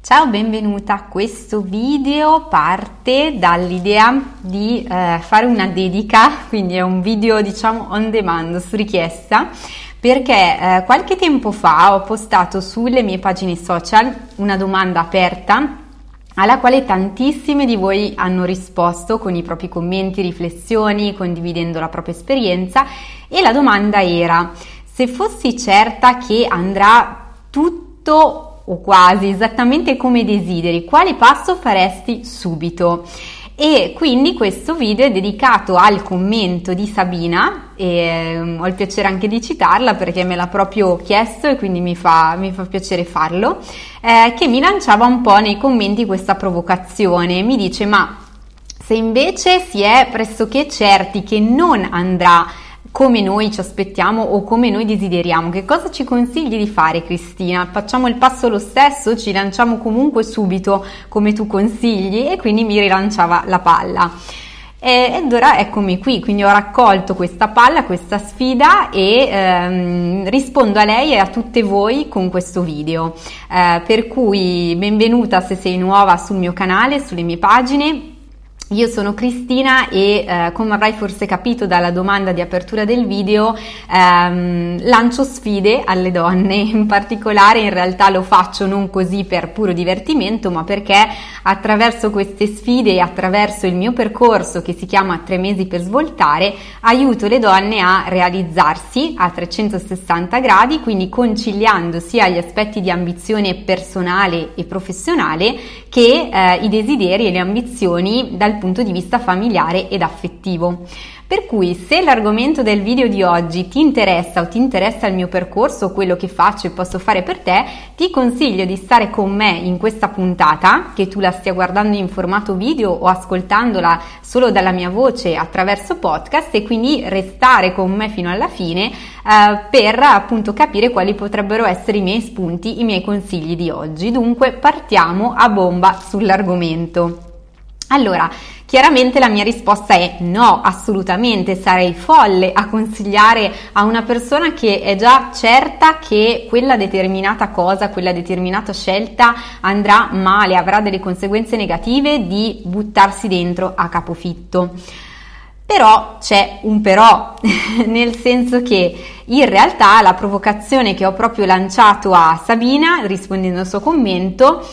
Ciao, benvenuta. Questo video parte dall'idea di fare una dedica, quindi è un video on demand, su richiesta, perché qualche tempo fa ho postato sulle mie pagine social una domanda aperta alla quale tantissime di voi hanno risposto con i propri commenti, riflessioni, condividendo la propria esperienza, e la domanda era: se fossi certa che andrà tutto o quasi esattamente come desideri, quale passo faresti subito? E quindi questo video è dedicato al commento di Sabina e ho il piacere anche di citarla perché me l'ha proprio chiesto e quindi mi fa piacere farlo, che mi lanciava un po' nei commenti questa provocazione. Mi dice: ma se invece si è pressoché certi che non andrà come noi ci aspettiamo o come noi desideriamo, che cosa ci consigli di fare, Cristina? Facciamo il passo lo stesso? Ci lanciamo comunque subito come tu consigli? E quindi mi rilanciava la palla. Ed ora eccomi qui, quindi ho raccolto questa palla, questa sfida e rispondo a lei e a tutte voi con questo video. Per cui benvenuta se sei nuova sul mio canale, sulle mie pagine. Io sono Cristina e come avrai forse capito dalla domanda di apertura del video, lancio sfide alle donne. In particolare in realtà lo faccio non così per puro divertimento, ma perché attraverso queste sfide e attraverso il mio percorso che si chiama 3 mesi per svoltare, aiuto le donne a realizzarsi a 360 gradi, quindi conciliando sia gli aspetti di ambizione personale e professionale che i desideri e le ambizioni dal punto di vista familiare ed affettivo. Per cui se l'argomento del video di oggi ti interessa o ti interessa il mio percorso, quello che faccio e posso fare per te, ti consiglio di stare con me in questa puntata, che tu la stia guardando in formato video o ascoltandola solo dalla mia voce attraverso podcast, e quindi restare con me fino alla fine per appunto capire quali potrebbero essere i miei spunti, i miei consigli di oggi. Dunque partiamo a bomba sull'argomento. Allora, chiaramente la mia risposta è no, assolutamente, sarei folle a consigliare a una persona che è già certa che quella determinata cosa, quella determinata scelta andrà male, avrà delle conseguenze negative, di buttarsi dentro a capofitto. Però c'è un però, nel senso che in realtà la provocazione che ho proprio lanciato a Sabina rispondendo al suo commento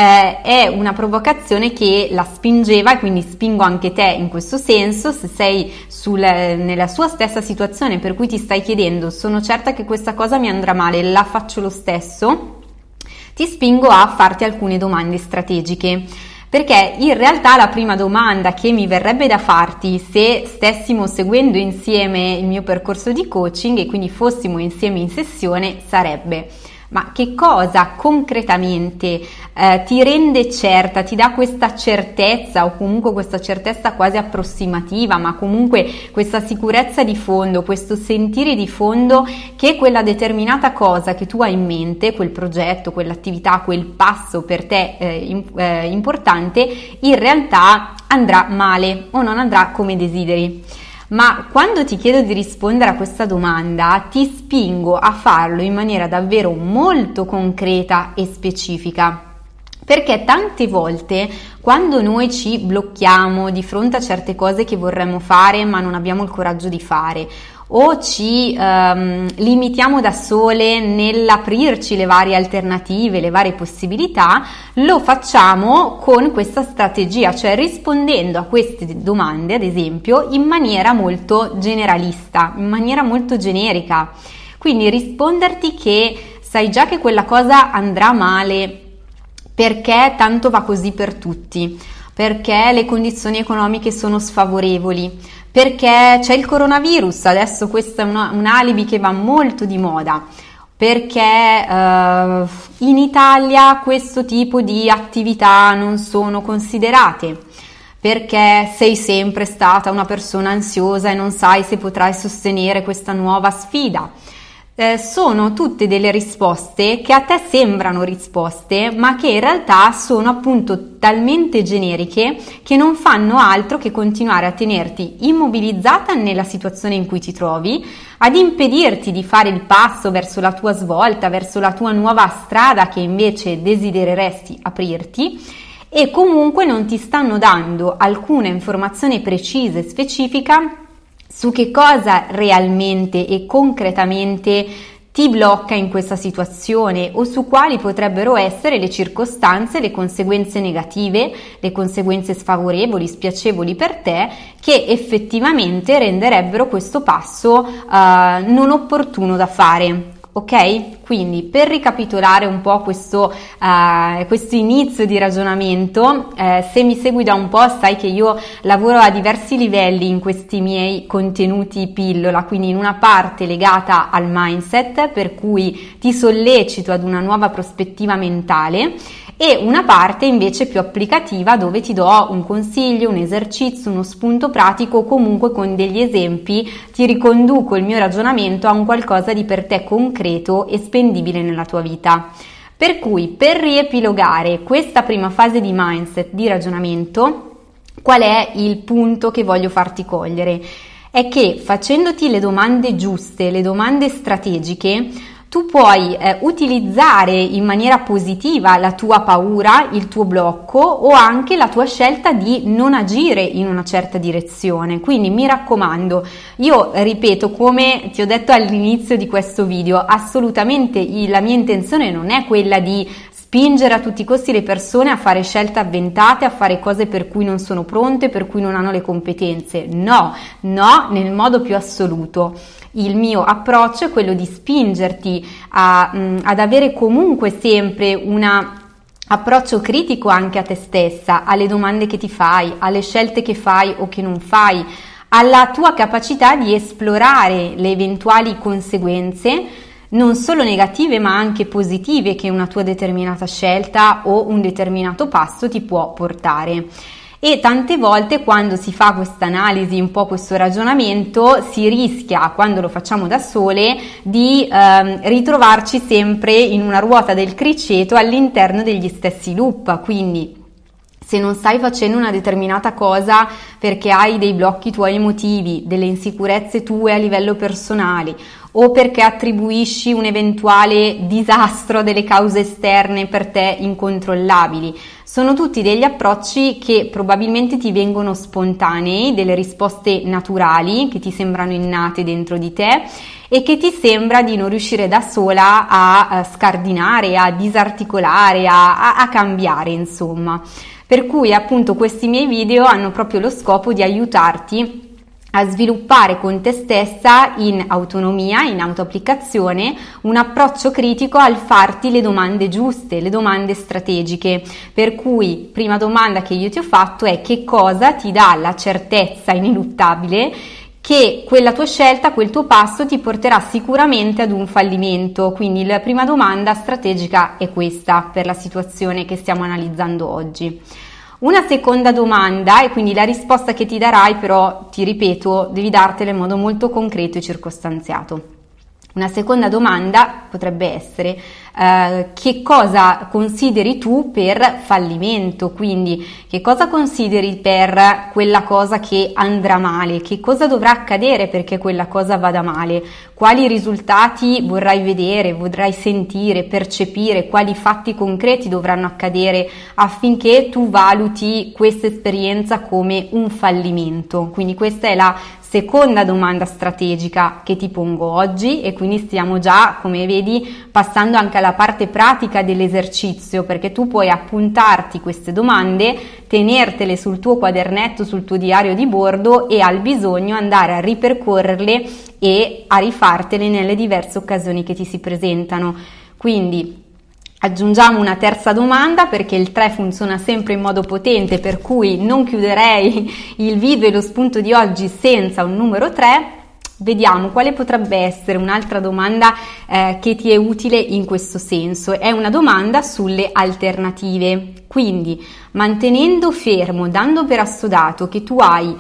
è una provocazione che la spingeva, e quindi spingo anche te in questo senso. Se sei nella sua stessa situazione per cui ti stai chiedendo: sono certa che questa cosa mi andrà male, la faccio lo stesso, ti spingo a farti alcune domande strategiche. Perché in realtà la prima domanda che mi verrebbe da farti, se stessimo seguendo insieme il mio percorso di coaching e quindi fossimo insieme in sessione, sarebbe: ma che cosa concretamente ti rende certa, ti dà questa certezza, o comunque questa certezza quasi approssimativa, ma comunque questa sicurezza di fondo, questo sentire di fondo che quella determinata cosa che tu hai in mente, quel progetto, quell'attività, quel passo per te importante, in realtà andrà male o non andrà come desideri. Ma quando ti chiedo di rispondere a questa domanda, ti spingo a farlo in maniera davvero molto concreta e specifica. Perché tante volte quando noi ci blocchiamo di fronte a certe cose che vorremmo fare ma non abbiamo il coraggio di fare, o ci limitiamo da sole nell'aprirci le varie alternative, le varie possibilità, lo facciamo con questa strategia, cioè rispondendo a queste domande, ad esempio, in maniera molto generalista, in maniera molto generica. Quindi risponderti che sai già che quella cosa andrà male perché tanto va così per tutti, perché le condizioni economiche sono sfavorevoli, perché c'è il coronavirus, adesso questo è un alibi che va molto di moda, perché in Italia questo tipo di attività non sono considerate, perché sei sempre stata una persona ansiosa e non sai se potrai sostenere questa nuova sfida. sono tutte delle risposte che a te sembrano risposte, ma che in realtà sono appunto talmente generiche che non fanno altro che continuare a tenerti immobilizzata nella situazione in cui ti trovi, ad impedirti di fare il passo verso la tua svolta, verso la tua nuova strada che invece desidereresti aprirti, e comunque non ti stanno dando alcuna informazione precisa e specifica su che cosa realmente e concretamente ti blocca in questa situazione o su quali potrebbero essere le circostanze, le conseguenze negative, le conseguenze sfavorevoli, spiacevoli per te, che effettivamente renderebbero questo passo non opportuno da fare. Ok? Quindi per ricapitolare un po' questo inizio di ragionamento, se mi segui da un po' sai che io lavoro a diversi livelli in questi miei contenuti pillola, quindi in una parte legata al mindset, per cui ti sollecito ad una nuova prospettiva mentale, e una parte invece più applicativa dove ti do un consiglio, un esercizio, uno spunto pratico, comunque con degli esempi ti riconduco il mio ragionamento a un qualcosa di per te concreto e spendibile nella tua vita. Per cui, per riepilogare questa prima fase di mindset, di ragionamento, qual è il punto che voglio farti cogliere? È che facendoti le domande giuste, le domande strategiche, tu puoi utilizzare in maniera positiva la tua paura, il tuo blocco o anche la tua scelta di non agire in una certa direzione. Quindi mi raccomando, io ripeto, come ti ho detto all'inizio di questo video, assolutamente la mia intenzione non è quella di spingere a tutti i costi le persone a fare scelte avventate, a fare cose per cui non sono pronte, per cui non hanno le competenze. No, nel modo più assoluto. Il mio approccio è quello di spingerti ad avere comunque sempre un approccio critico anche a te stessa, alle domande che ti fai, alle scelte che fai o che non fai, alla tua capacità di esplorare le eventuali conseguenze, non solo negative ma anche positive, che una tua determinata scelta o un determinato passo ti può portare. E tante volte quando si fa questa analisi, un po' questo ragionamento, si rischia, quando lo facciamo da sole, di ritrovarci sempre in una ruota del criceto all'interno degli stessi loop. Quindi se non stai facendo una determinata cosa perché hai dei blocchi tuoi emotivi, delle insicurezze tue a livello personale, o perché attribuisci un eventuale disastro a delle cause esterne per te incontrollabili, sono tutti degli approcci che probabilmente ti vengono spontanei, delle risposte naturali che ti sembrano innate dentro di te e che ti sembra di non riuscire da sola a scardinare, a disarticolare, a cambiare, insomma. Per cui appunto questi miei video hanno proprio lo scopo di aiutarti a sviluppare con te stessa in autonomia, in autoapplicazione, un approccio critico al farti le domande giuste, le domande strategiche. Per cui, prima domanda che io ti ho fatto è: che cosa ti dà la certezza ineluttabile che quella tua scelta, quel tuo passo ti porterà sicuramente ad un fallimento? Quindi la prima domanda strategica è questa per la situazione che stiamo analizzando oggi. Una seconda domanda, e quindi la risposta che ti darai, però ti ripeto, devi dartela in modo molto concreto e circostanziato. Una seconda domanda potrebbe essere: che cosa consideri tu per fallimento? Quindi che cosa consideri per quella cosa che andrà male? Che cosa dovrà accadere perché quella cosa vada male? Quali risultati vorrai vedere, vorrai sentire, percepire? Quali fatti concreti dovranno accadere affinché tu valuti questa esperienza come un fallimento? Quindi questa è la seconda domanda strategica che ti pongo oggi, e quindi stiamo già, come vedi, passando anche alla parte pratica dell'esercizio, perché tu puoi appuntarti queste domande, tenertele sul tuo quadernetto, sul tuo diario di bordo, e al bisogno andare a ripercorrerle e a rifartele nelle diverse occasioni che ti si presentano. Quindi aggiungiamo una terza domanda, perché il 3 funziona sempre in modo potente, per cui non chiuderei il video e lo spunto di oggi senza un numero 3. Vediamo quale potrebbe essere un'altra domanda che ti è utile in questo senso. È una domanda sulle alternative. Quindi, mantenendo fermo, dando per assodato che tu hai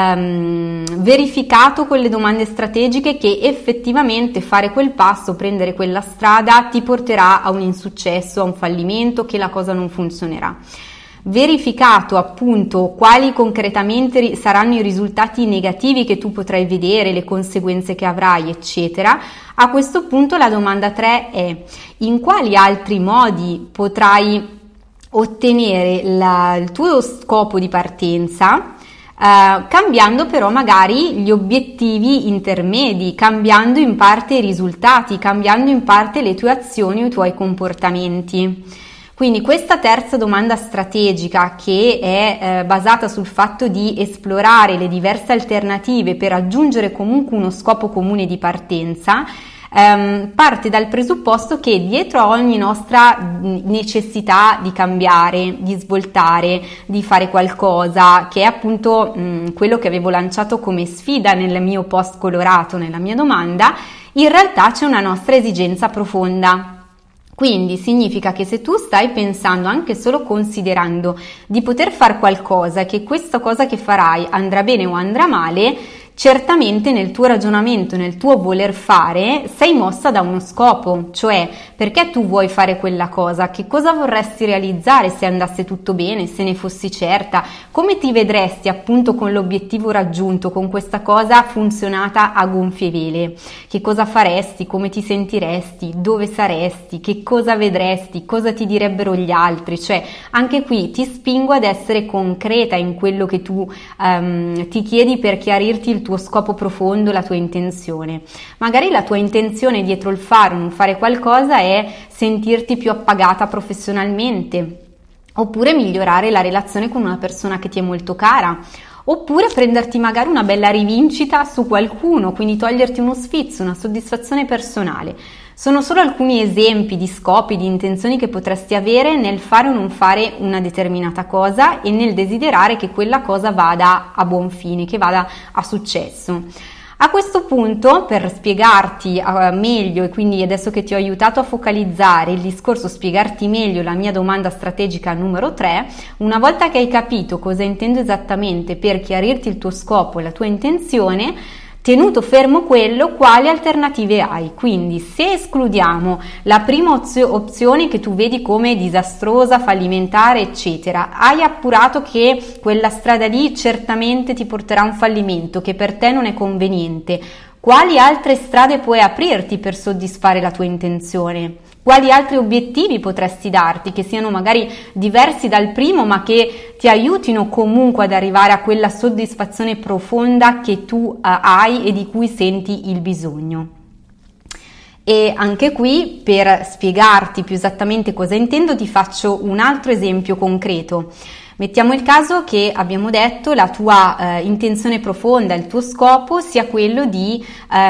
verificato con le domande strategiche che effettivamente fare quel passo, prendere quella strada ti porterà a un insuccesso, a un fallimento, che la cosa non funzionerà. Verificato appunto quali concretamente saranno i risultati negativi che tu potrai vedere, le conseguenze che avrai, eccetera, a questo punto la domanda 3 è: in quali altri modi potrai ottenere il tuo scopo di partenza, cambiando però magari gli obiettivi intermedi, cambiando in parte i risultati, cambiando in parte le tue azioni o i tuoi comportamenti. Quindi questa terza domanda strategica, che è basata sul fatto di esplorare le diverse alternative per raggiungere comunque uno scopo comune di partenza, parte dal presupposto che dietro a ogni nostra necessità di cambiare, di svoltare, di fare qualcosa, che è appunto quello che avevo lanciato come sfida nel mio post colorato, nella mia domanda, in realtà c'è una nostra esigenza profonda. Quindi significa che se tu stai pensando, anche solo considerando di poter fare qualcosa, che questa cosa che farai andrà bene o andrà male, certamente nel tuo ragionamento, nel tuo voler fare, sei mossa da uno scopo, cioè perché tu vuoi fare quella cosa, che cosa vorresti realizzare se andasse tutto bene, se ne fossi certa, come ti vedresti appunto con l'obiettivo raggiunto, con questa cosa funzionata a gonfie vele, che cosa faresti, come ti sentiresti, dove saresti, che cosa vedresti, cosa ti direbbero gli altri, cioè anche qui ti spingo ad essere concreta in quello che tu ti chiedi per chiarirti il tuo scopo profondo, la tua intenzione. Magari la tua intenzione dietro il fare o non fare qualcosa è sentirti più appagata professionalmente, oppure migliorare la relazione con una persona che ti è molto cara, oppure prenderti magari una bella rivincita su qualcuno, quindi toglierti uno sfizio, una soddisfazione personale. Sono solo alcuni esempi di scopi, di intenzioni che potresti avere nel fare o non fare una determinata cosa e nel desiderare che quella cosa vada a buon fine, che vada a successo. A questo punto, per spiegarti meglio, e quindi adesso che ti ho aiutato a focalizzare il discorso, spiegarti meglio la mia domanda strategica numero 3, una volta che hai capito cosa intendo esattamente per chiarirti il tuo scopo e la tua intenzione, tenuto fermo quello, quali alternative hai? Quindi se escludiamo la prima opzione che tu vedi come disastrosa, fallimentare, eccetera, hai appurato che quella strada lì certamente ti porterà a un fallimento, che per te non è conveniente. Quali altre strade puoi aprirti per soddisfare la tua intenzione? Quali altri obiettivi potresti darti che siano magari diversi dal primo, ma che ti aiutino comunque ad arrivare a quella soddisfazione profonda che tu hai e di cui senti il bisogno? E anche qui, per spiegarti più esattamente cosa intendo, ti faccio un altro esempio concreto. Mettiamo il caso che abbiamo detto la tua intenzione profonda, il tuo scopo sia quello di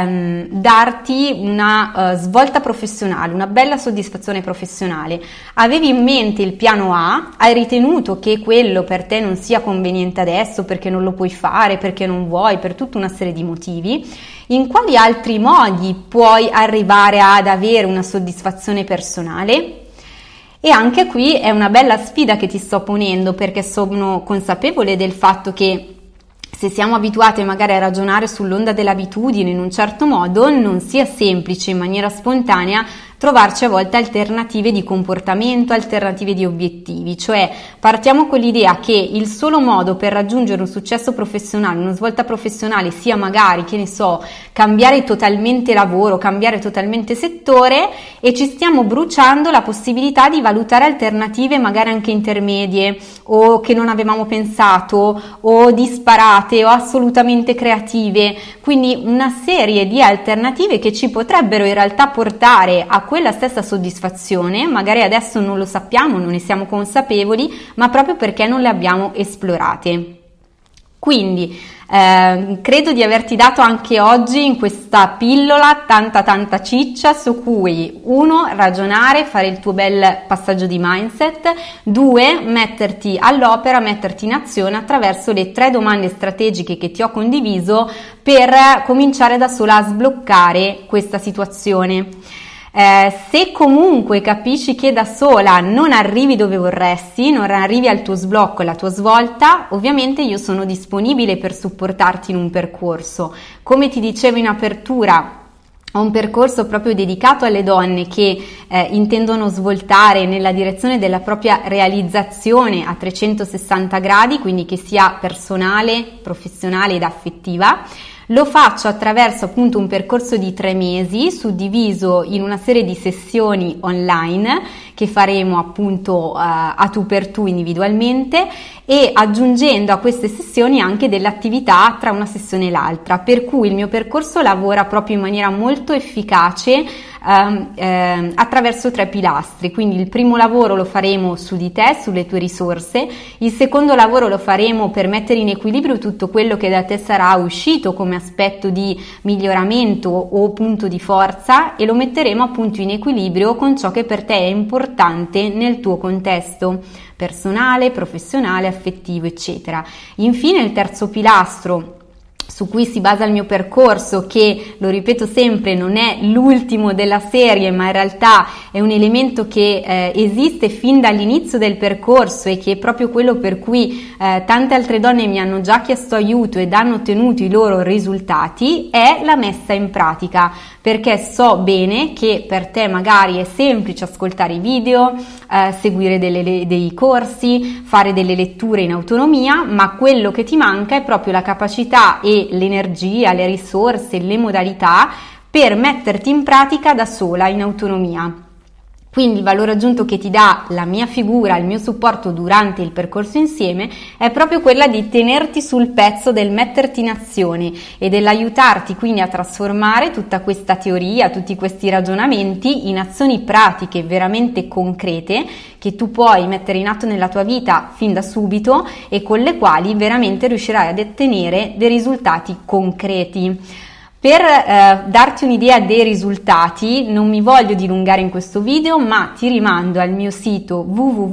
darti una svolta professionale, una bella soddisfazione professionale. Avevi in mente il piano A, hai ritenuto che quello per te non sia conveniente adesso perché non lo puoi fare, perché non vuoi, per tutta una serie di motivi. In quali altri modi puoi arrivare ad avere una soddisfazione personale? E anche qui è una bella sfida che ti sto ponendo, perché sono consapevole del fatto che se siamo abituati magari a ragionare sull'onda dell'abitudine in un certo modo, non sia semplice in maniera spontanea trovarci a volte alternative di comportamento, alternative di obiettivi, cioè partiamo con l'idea che il solo modo per raggiungere un successo professionale, una svolta professionale sia magari, che ne so, cambiare totalmente lavoro, cambiare totalmente settore, e ci stiamo bruciando la possibilità di valutare alternative magari anche intermedie o che non avevamo pensato o disparate o assolutamente creative, quindi una serie di alternative che ci potrebbero in realtà portare a quella stessa soddisfazione, magari adesso non lo sappiamo, non ne siamo consapevoli, ma proprio perché non le abbiamo esplorate. Quindi credo di averti dato anche oggi in questa pillola tanta ciccia su cui 1. ragionare, fare il tuo bel passaggio di mindset, 2. metterti all'opera, metterti in azione attraverso le 3 domande strategiche che ti ho condiviso per cominciare da sola a sbloccare questa situazione. Se comunque capisci che da sola non arrivi dove vorresti, non arrivi al tuo sblocco, alla tua svolta, ovviamente io sono disponibile per supportarti in un percorso. Come ti dicevo in apertura, ho un percorso proprio dedicato alle donne che intendono svoltare nella direzione della propria realizzazione a 360 gradi, quindi che sia personale, professionale ed affettiva. Lo faccio attraverso appunto un percorso di 3 mesi suddiviso in una serie di sessioni online che faremo appunto a tu per tu individualmente, e aggiungendo a queste sessioni anche delle attività tra una sessione e l'altra, per cui il mio percorso lavora proprio in maniera molto efficace attraverso 3 pilastri. Quindi il primo lavoro lo faremo su di te, sulle tue risorse, il secondo lavoro lo faremo per mettere in equilibrio tutto quello che da te sarà uscito come aspetto di miglioramento o punto di forza, e lo metteremo appunto in equilibrio con ciò che per te è importante nel tuo contesto personale, professionale, affettivo, eccetera. Infine il terzo pilastro su cui si basa il mio percorso, che, lo ripeto sempre, non è l'ultimo della serie, ma in realtà è un elemento che esiste fin dall'inizio del percorso e che è proprio quello per cui tante altre donne mi hanno già chiesto aiuto ed hanno ottenuto i loro risultati, è la messa in pratica, perché so bene che per te magari è semplice ascoltare i video, seguire dei corsi, fare delle letture in autonomia, ma quello che ti manca è proprio la capacità e l'energia, le risorse, le modalità per metterti in pratica da sola in autonomia. Quindi il valore aggiunto che ti dà la mia figura, il mio supporto durante il percorso insieme è proprio quella di tenerti sul pezzo, del metterti in azione e dell'aiutarti quindi a trasformare tutta questa teoria, tutti questi ragionamenti in azioni pratiche veramente concrete che tu puoi mettere in atto nella tua vita fin da subito e con le quali veramente riuscirai ad ottenere dei risultati concreti. Per darti un'idea dei risultati non mi voglio dilungare in questo video, ma ti rimando al mio sito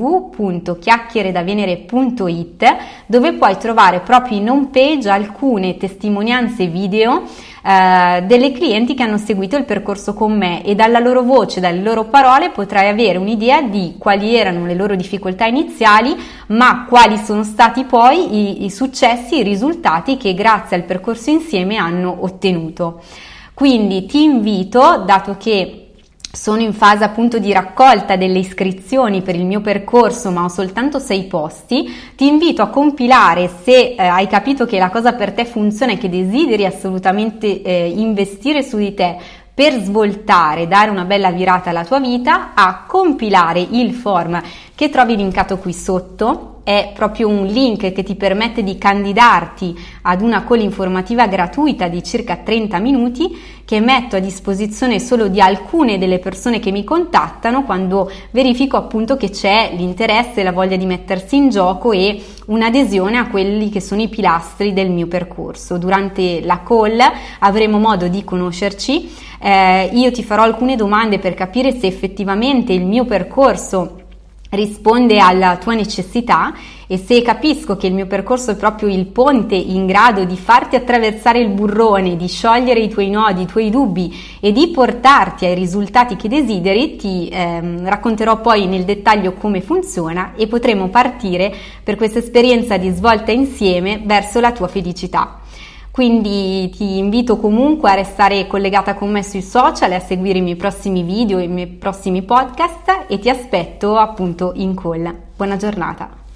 www.chiacchieredavenere.it, dove puoi trovare proprio in home page alcune testimonianze video delle clienti che hanno seguito il percorso con me, e dalla loro voce, dalle loro parole potrai avere un'idea di quali erano le loro difficoltà iniziali, ma quali sono stati poi i successi, i risultati che grazie al percorso insieme hanno ottenuto. Quindi ti invito, dato che sono in fase appunto di raccolta delle iscrizioni per il mio percorso, ma ho soltanto 6 posti, ti invito a compilare, se hai capito che la cosa per te funziona e che desideri assolutamente investire su di te per svoltare, dare una bella virata alla tua vita, a compilare il form che trovi linkato qui sotto. È proprio un link che ti permette di candidarti ad una call informativa gratuita di circa 30 minuti che metto a disposizione solo di alcune delle persone che mi contattano quando verifico appunto che c'è l'interesse, la voglia di mettersi in gioco e un'adesione a quelli che sono i pilastri del mio percorso. Durante la call avremo modo di conoscerci, io ti farò alcune domande per capire se effettivamente il mio percorso risponde alla tua necessità, e se capisco che il mio percorso è proprio il ponte in grado di farti attraversare il burrone, di sciogliere i tuoi nodi, i tuoi dubbi e di portarti ai risultati che desideri, ti racconterò poi nel dettaglio come funziona e potremo partire per questa esperienza di svolta insieme verso la tua felicità. Quindi ti invito comunque a restare collegata con me sui social e a seguire i miei prossimi video e i miei prossimi podcast, e ti aspetto appunto in call. Buona giornata!